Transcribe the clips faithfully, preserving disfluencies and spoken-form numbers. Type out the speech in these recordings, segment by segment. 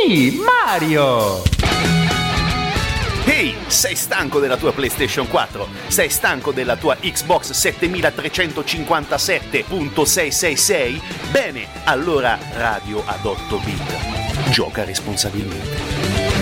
me, Mario! Ehi, hey, sei stanco della tua PlayStation quattro? Sei stanco della tua Xbox setemilatrecentocinquantasette sei sei sei? Bene, allora Radio ad otto bit. Gioca responsabilmente.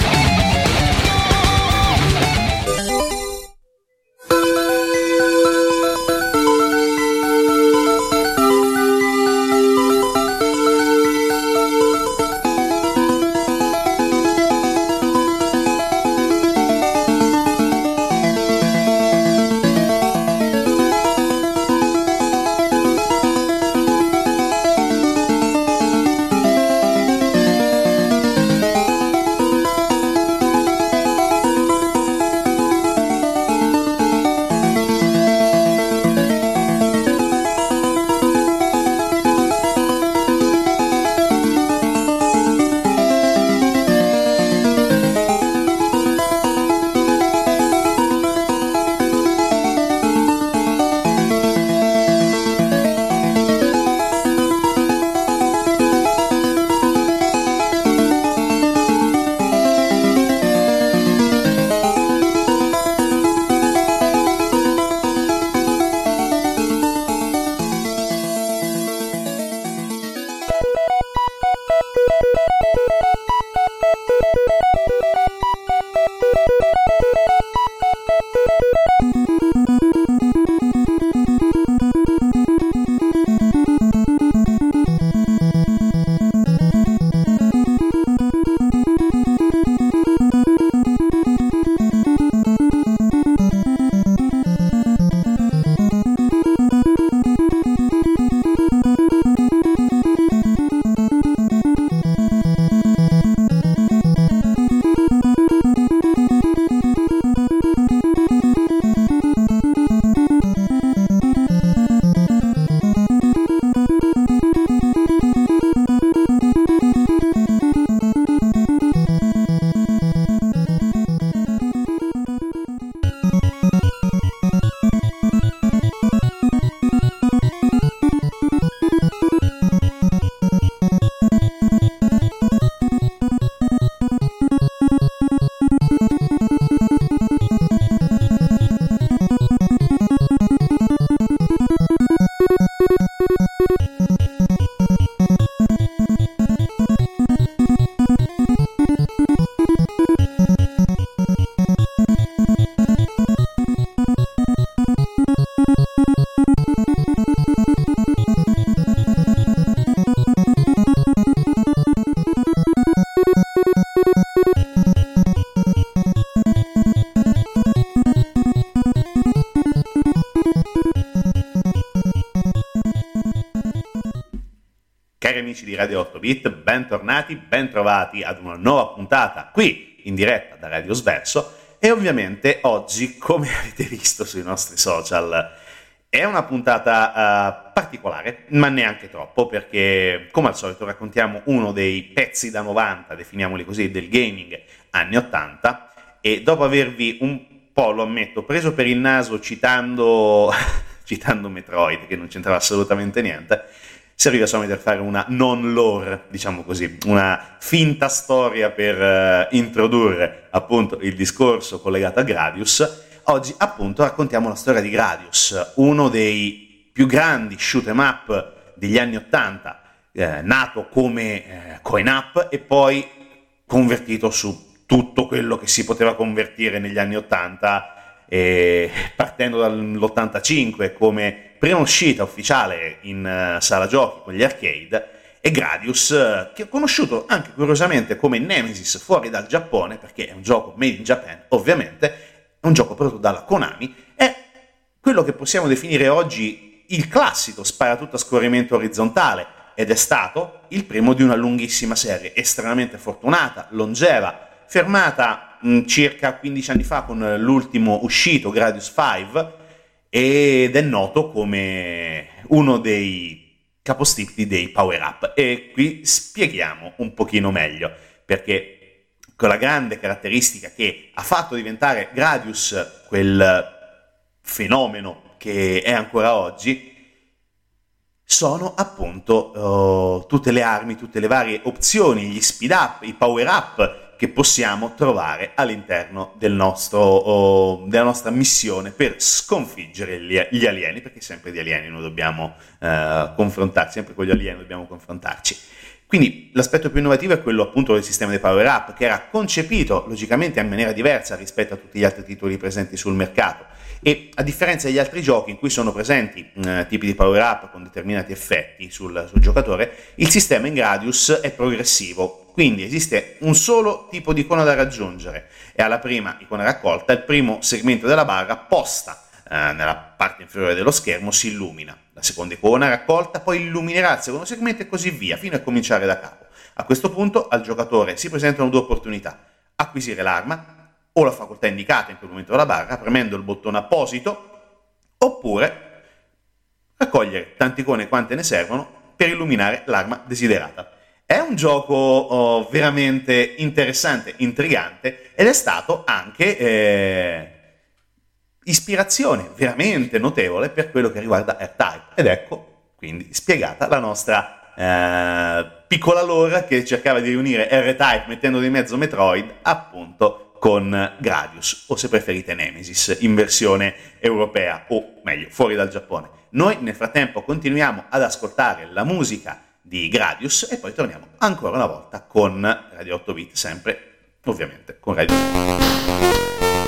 Di Radio otto bit, bentornati, bentrovati ad una nuova puntata qui in diretta da Radio Sverso e ovviamente oggi, come avete visto sui nostri social, è una puntata uh, particolare, ma neanche troppo, perché come al solito raccontiamo uno dei pezzi da novanta, definiamoli così, del gaming anni ottanta, e dopo avervi un po', lo ammetto, preso per il naso citando, citando Metroid, che non c'entrava assolutamente niente, serviva solamente per fare una non lore, diciamo così, una finta storia per uh, introdurre appunto il discorso collegato a Gradius. Oggi appunto raccontiamo la storia di Gradius, uno dei più grandi shoot 'em up degli anni ottanta, eh, nato come eh, coin up e poi convertito su tutto quello che si poteva convertire negli anni ottanta, eh, partendo dall'ottantacinque come prima uscita ufficiale in uh, sala giochi con gli arcade, e Gradius, uh, che ho conosciuto anche curiosamente come Nemesis fuori dal Giappone, perché è un gioco made in Japan, ovviamente, è un gioco prodotto dalla Konami, è quello che possiamo definire oggi il classico sparatutto a scorrimento orizzontale, ed è stato il primo di una lunghissima serie, estremamente fortunata, longeva, fermata mh, circa quindici anni fa con l'ultimo uscito, Gradius cinque, ed è noto come uno dei capostipiti dei power-up. E qui spieghiamo un pochino meglio, perché con la grande caratteristica che ha fatto diventare Gradius quel fenomeno che è ancora oggi, sono appunto uh, tutte le armi, tutte le varie opzioni, gli speed up, i power up che possiamo trovare all'interno del nostro, uh, della nostra missione per sconfiggere gli, gli alieni, perché sempre di alieni noi dobbiamo uh, confrontarci, sempre con gli alieni dobbiamo confrontarci. Quindi l'aspetto più innovativo è quello appunto del sistema dei power up, che era concepito logicamente in maniera diversa rispetto a tutti gli altri titoli presenti sul mercato, e a differenza degli altri giochi in cui sono presenti eh, tipi di power up con determinati effetti sul, sul giocatore, il sistema in Gradius è progressivo, quindi esiste un solo tipo di icona da raggiungere e alla prima icona raccolta il primo segmento della barra posta eh, nella parte inferiore dello schermo si illumina, la seconda icona raccolta poi illuminerà il secondo segmento e così via fino a cominciare da capo. A questo punto al giocatore si presentano due opportunità: acquisire l'arma o la facoltà indicata in quel momento della barra premendo il bottone apposito, oppure raccogliere tante icone quante ne servono per illuminare l'arma desiderata. È un gioco oh, veramente interessante, intrigante, ed è stato anche eh, ispirazione veramente notevole per quello che riguarda R-Type. Ed ecco quindi spiegata la nostra eh, piccola lore che cercava di riunire R-Type mettendo di mezzo Metroid appunto con Gradius, o se preferite Nemesis, in versione europea, o meglio, fuori dal Giappone. Noi nel frattempo continuiamo ad ascoltare la musica di Gradius e poi torniamo ancora una volta con Radio otto bit, sempre ovviamente con Radio otto bit.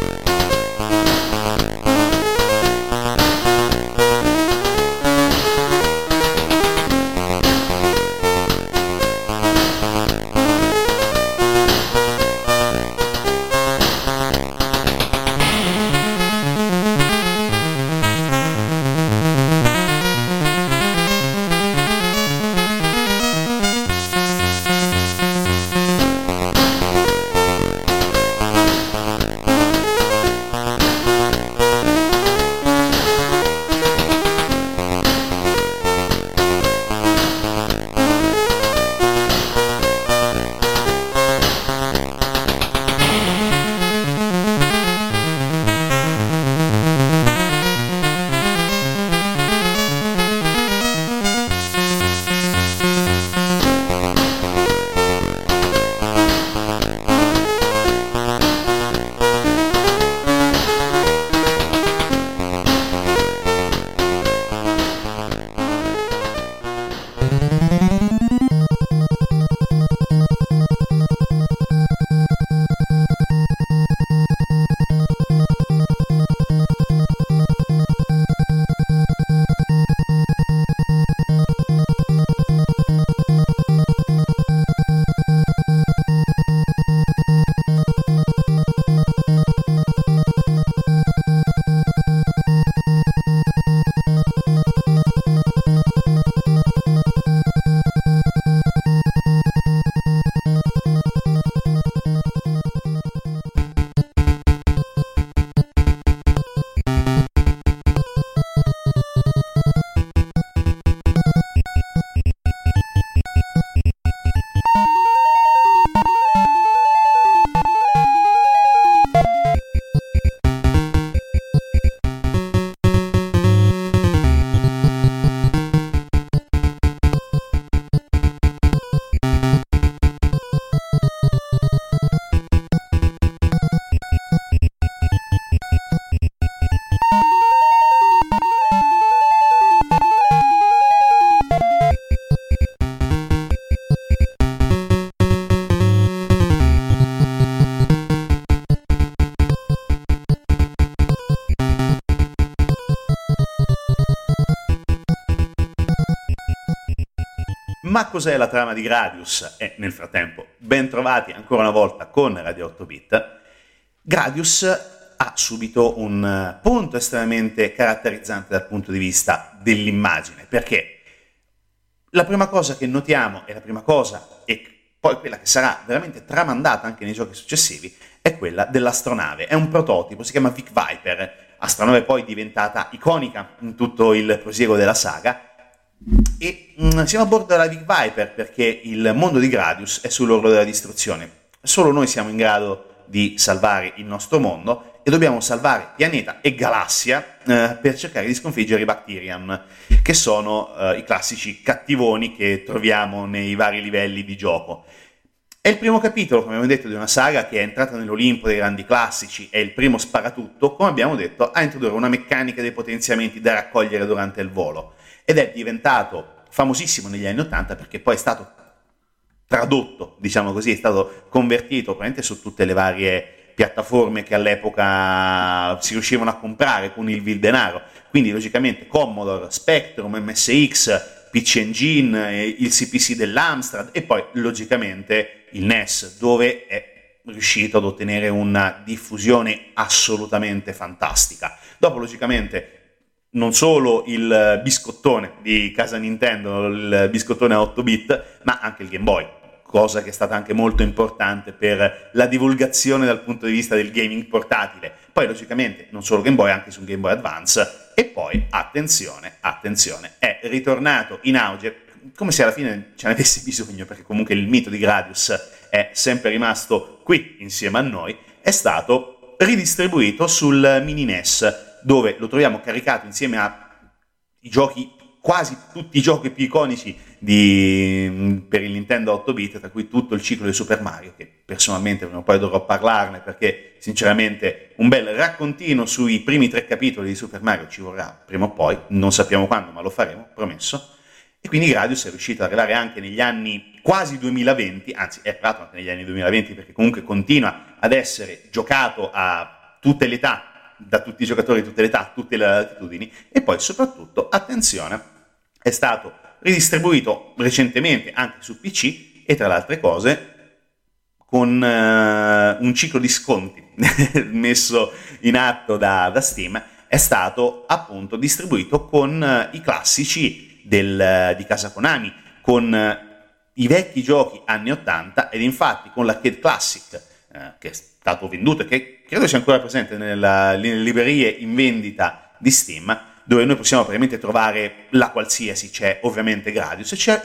Ma cos'è la trama di Gradius? E nel frattempo, ben trovati ancora una volta con Radio otto bit. Gradius ha subito un punto estremamente caratterizzante dal punto di vista dell'immagine, perché la prima cosa che notiamo, e la prima cosa, e poi quella che sarà veramente tramandata anche nei giochi successivi, è quella dell'astronave. È un prototipo, si chiama Vic Viper, astronave poi diventata iconica in tutto il prosieguo della saga, e mh, siamo a bordo della Vic Viper perché il mondo di Gradius è sull'orlo della distruzione. Solo noi siamo in grado di salvare il nostro mondo e dobbiamo salvare pianeta e galassia eh, per cercare di sconfiggere i Bacterium, che sono eh, i classici cattivoni che troviamo nei vari livelli di gioco. È il primo capitolo, come abbiamo detto, di una saga che è entrata nell'Olimpo dei grandi classici, è il primo sparatutto, come abbiamo detto, a introdurre una meccanica dei potenziamenti da raccogliere durante il volo, ed è diventato famosissimo negli anni Ottanta perché poi è stato tradotto, diciamo così, è stato convertito praticamente su tutte le varie piattaforme che all'epoca si riuscivano a comprare con il vil denaro, quindi logicamente Commodore, Spectrum, M S X, P C Engine, il C P C dell'Amstrad e poi logicamente il N E S, dove è riuscito ad ottenere una diffusione assolutamente fantastica. Dopo logicamente non solo il biscottone di casa Nintendo, il biscottone a otto bit, ma anche il Game Boy, cosa che è stata anche molto importante per la divulgazione dal punto di vista del gaming portatile. Poi logicamente non solo Game Boy, anche su Game Boy Advance, e poi attenzione, attenzione, è ritornato in auge, come se alla fine ce ne avesse bisogno, perché comunque il mito di Gradius è sempre rimasto qui insieme a noi, è stato ridistribuito sul mini N E S, dove lo troviamo caricato insieme a i giochi, quasi tutti i giochi più iconici di, per il Nintendo otto bit, tra cui tutto il ciclo di Super Mario, che personalmente prima o poi dovrò parlarne, perché sinceramente un bel raccontino sui primi tre capitoli di Super Mario ci vorrà prima o poi, non sappiamo quando, ma lo faremo, promesso. E quindi Gradius è riuscito ad arrivare anche negli anni quasi duemilaventi, anzi è arrivato anche negli anni duemilaventi, perché comunque continua ad essere giocato a tutte le età, da tutti i giocatori di tutte le età, tutte le latitudini, e poi soprattutto, attenzione, è stato ridistribuito recentemente anche su P C e tra le altre cose con uh, un ciclo di sconti messo in atto da, da Steam, è stato appunto distribuito con uh, i classici del, di casa Konami, con uh, i vecchi giochi anni ottanta, ed infatti con l'Arcade Classic uh, che è stato venduto e che credo sia ancora presente nella, nelle librerie in vendita di Steam, dove noi possiamo praticamente trovare la qualsiasi. C'è ovviamente Gradius e c'è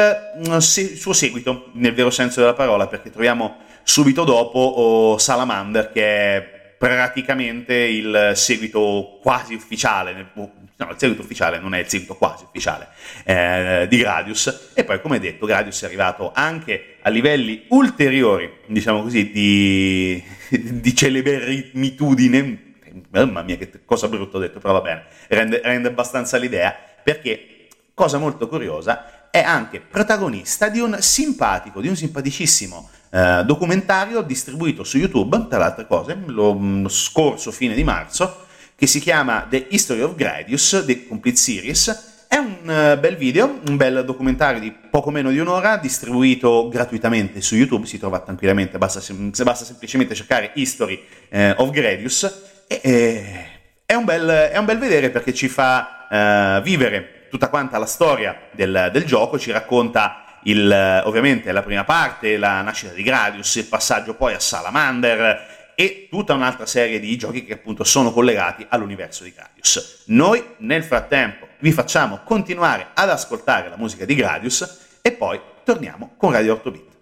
il se, suo seguito, nel vero senso della parola, perché troviamo subito dopo oh, Salamander, che è praticamente il seguito quasi ufficiale, no, il seguito ufficiale non è il seguito quasi ufficiale eh, di Gradius, e poi come detto Gradius è arrivato anche a livelli ulteriori, diciamo così, di, di celebritudine. Mamma mia, che cosa brutta ho detto, però va bene, rende, rende abbastanza l'idea, perché, cosa molto curiosa, è anche protagonista di un simpatico, di un simpaticissimo eh, documentario distribuito su YouTube, tra le altre cose, lo, lo scorso fine di marzo, che si chiama The History of Gradius, The Complete Series. È un uh, bel video, un bel documentario di poco meno di un'ora, distribuito gratuitamente su YouTube, si trova tranquillamente, basta, sem- basta semplicemente cercare History eh, of Gradius. E, e, è, un bel, è un bel vedere, perché ci fa uh, vivere tutta quanta la storia del, del gioco, ci racconta il, ovviamente la prima parte, la nascita di Gradius, il passaggio poi a Salamander e tutta un'altra serie di giochi che appunto sono collegati all'universo di Gradius. Noi nel frattempo vi facciamo continuare ad ascoltare la musica di Gradius e poi torniamo con Radio otto bit.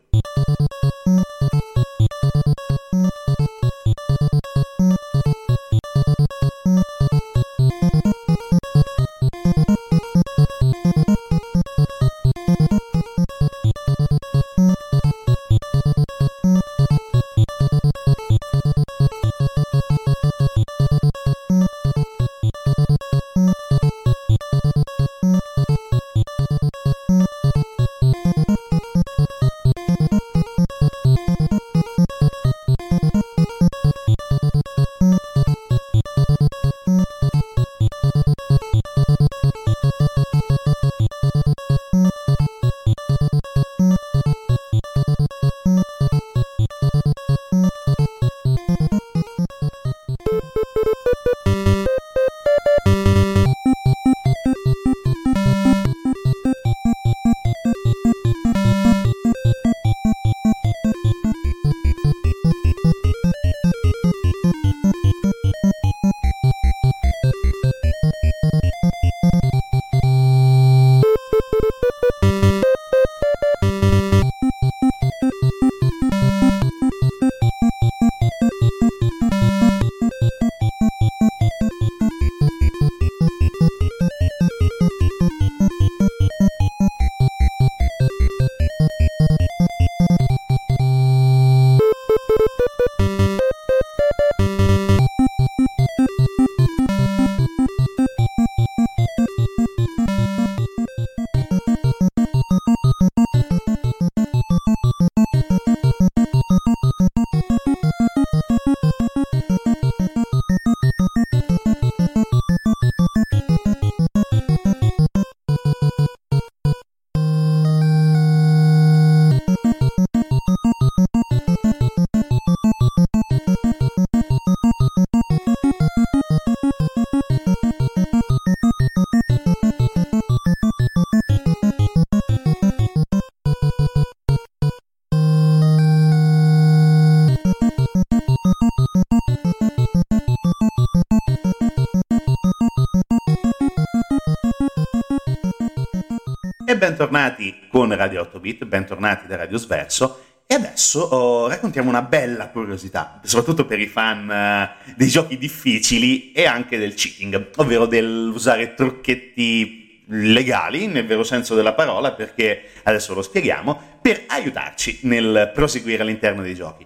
bentornati con Radio otto bit, bentornati da Radio Sverso, e adesso oh, raccontiamo una bella curiosità, soprattutto per i fan uh, dei giochi difficili e anche del cheating, ovvero dell'usare trucchetti legali, nel vero senso della parola, perché adesso lo spieghiamo, per aiutarci nel proseguire all'interno dei giochi.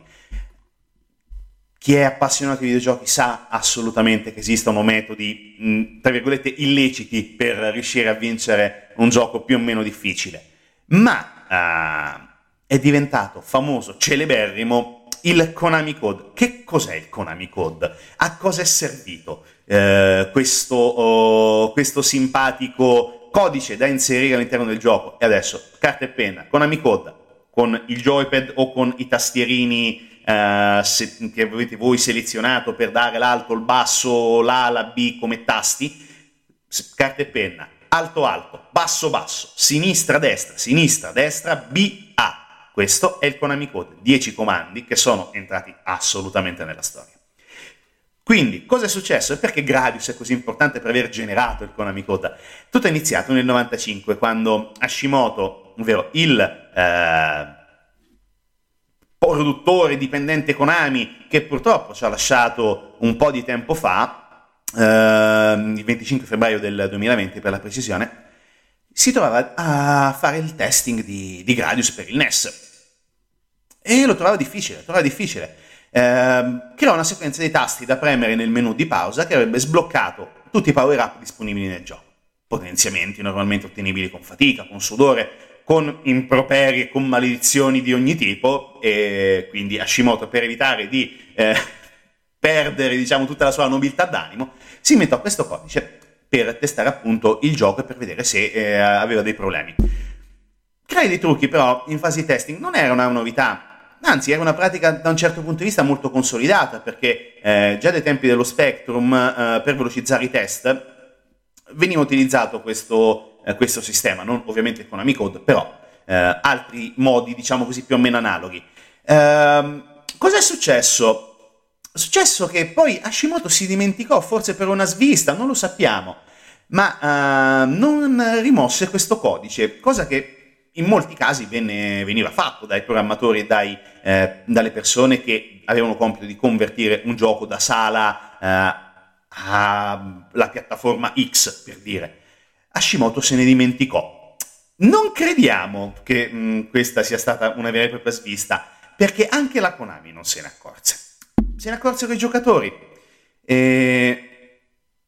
Chi è appassionato di videogiochi sa assolutamente che esistono metodi, mh, tra virgolette, illeciti per riuscire a vincere un gioco più o meno difficile. Ma uh, è diventato famoso, celeberrimo, il Konami Code. Che cos'è il Konami Code? A cosa è servito uh, questo, uh, questo simpatico codice da inserire all'interno del gioco? E adesso, carta e penna, Konami Code, con il joypad o con i tastierini Uh, se, che avete voi selezionato per dare l'alto, il basso, l'A, la B come tasti, carta e penna, alto alto, basso basso, sinistra destra, sinistra destra, B, A. Questo è il Konami Code, dieci comandi che sono entrati assolutamente nella storia. Quindi, cosa è successo e perché Gradius è così importante per aver generato il Konami Code? Tutto è iniziato nel novantacinque, quando Hashimoto, ovvero il uh, produttore dipendente Konami, che purtroppo ci ha lasciato un po' di tempo fa, eh, il venticinque febbraio del duemilaventi per la precisione, si trovava a fare il testing di, di Gradius per il N E S e lo trovava difficile, lo trovava difficile. Eh, creò una sequenza di tasti da premere nel menu di pausa che avrebbe sbloccato tutti i power up disponibili nel gioco, potenziamenti normalmente ottenibili con fatica, con sudore, con improperi e con maledizioni di ogni tipo, e quindi Hashimoto, per evitare di eh, perdere, diciamo, tutta la sua nobiltà d'animo, si inventò questo codice per testare appunto il gioco e per vedere se eh, aveva dei problemi. Creare dei trucchi però in fase di testing non era una novità, anzi era una pratica da un certo punto di vista molto consolidata, perché eh, già dai tempi dello Spectrum eh, per velocizzare i test veniva utilizzato questo questo sistema, non ovviamente il Konami Code, però eh, altri modi, diciamo così, più o meno analoghi. Eh, cosa è successo? È successo che poi Hashimoto si dimenticò, forse per una svista, non lo sappiamo, ma eh, non rimosse questo codice, cosa che in molti casi venne, veniva fatto dai programmatori e dai, eh, dalle persone che avevano compito di convertire un gioco da sala eh, alla piattaforma X, per dire. Hashimoto se ne dimenticò. Non crediamo che mh, questa sia stata una vera e propria svista, perché anche la Konami non se ne accorse. Se ne accorsero i giocatori. E,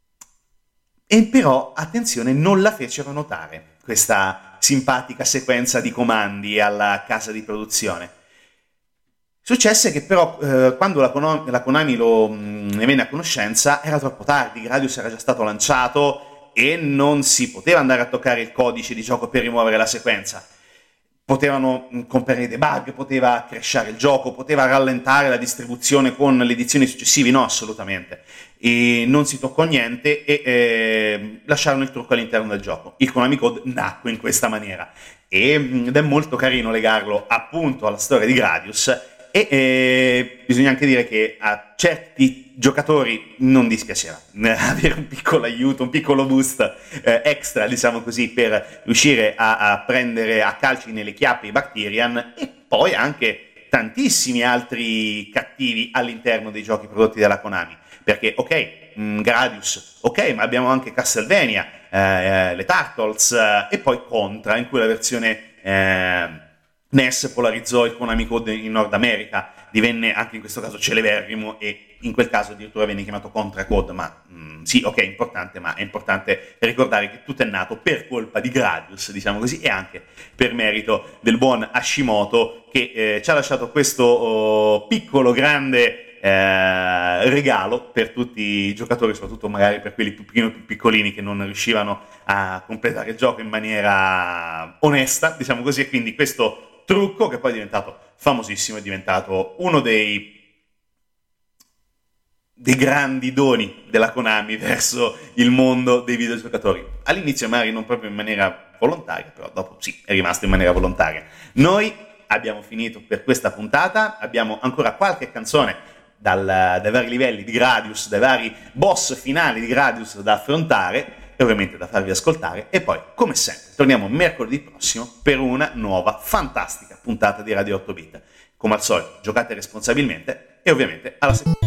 e però, attenzione, non la fecero notare, questa simpatica sequenza di comandi alla casa di produzione. Successe che però, eh, quando la, Kono- la Konami lo, mh, ne venne a conoscenza, era troppo tardi, Gradius era già stato lanciato, e non si poteva andare a toccare il codice di gioco per rimuovere la sequenza. Potevano comparire dei bug, poteva crashare il gioco, poteva rallentare la distribuzione con le edizioni successive, no, assolutamente. E non si toccò niente e eh, lasciarono il trucco all'interno del gioco. Il Konami Code nacque in questa maniera e, ed è molto carino legarlo appunto alla storia di Gradius. E eh, bisogna anche dire che a certi giocatori non dispiaceva avere un piccolo aiuto, un piccolo boost eh, extra, diciamo così, per riuscire a, a prendere a calci nelle chiappe i Bacterian, e poi anche tantissimi altri cattivi all'interno dei giochi prodotti dalla Konami, perché ok, mh, Gradius, ok, ma abbiamo anche Castlevania, eh, le Turtles eh, e poi Contra, in cui la versione eh, N E S polarizzò il Konami Code in Nord America, divenne anche in questo caso celeberrimo e in quel caso addirittura venne chiamato Contra Code, ma mh, sì, ok, è importante, ma è importante ricordare che tutto è nato per colpa di Gradius, diciamo così, e anche per merito del buon Hashimoto, che eh, ci ha lasciato questo oh, piccolo, grande eh, regalo per tutti i giocatori, soprattutto magari per quelli più, più piccolini che non riuscivano a completare il gioco in maniera onesta, diciamo così, e quindi questo trucco, che poi è diventato famosissimo, è diventato uno dei dei grandi doni della Konami verso il mondo dei videogiocatori. All'inizio magari non proprio in maniera volontaria, però dopo sì, è rimasto in maniera volontaria. Noi abbiamo finito per questa puntata, abbiamo ancora qualche canzone dal, dai vari livelli di Gradius, dai vari boss finali di Gradius da affrontare, e ovviamente da farvi ascoltare, e poi, come sempre, torniamo mercoledì prossimo per una nuova fantastica puntata di Radio otto Bit. Come al solito, giocate responsabilmente e ovviamente alla settimana.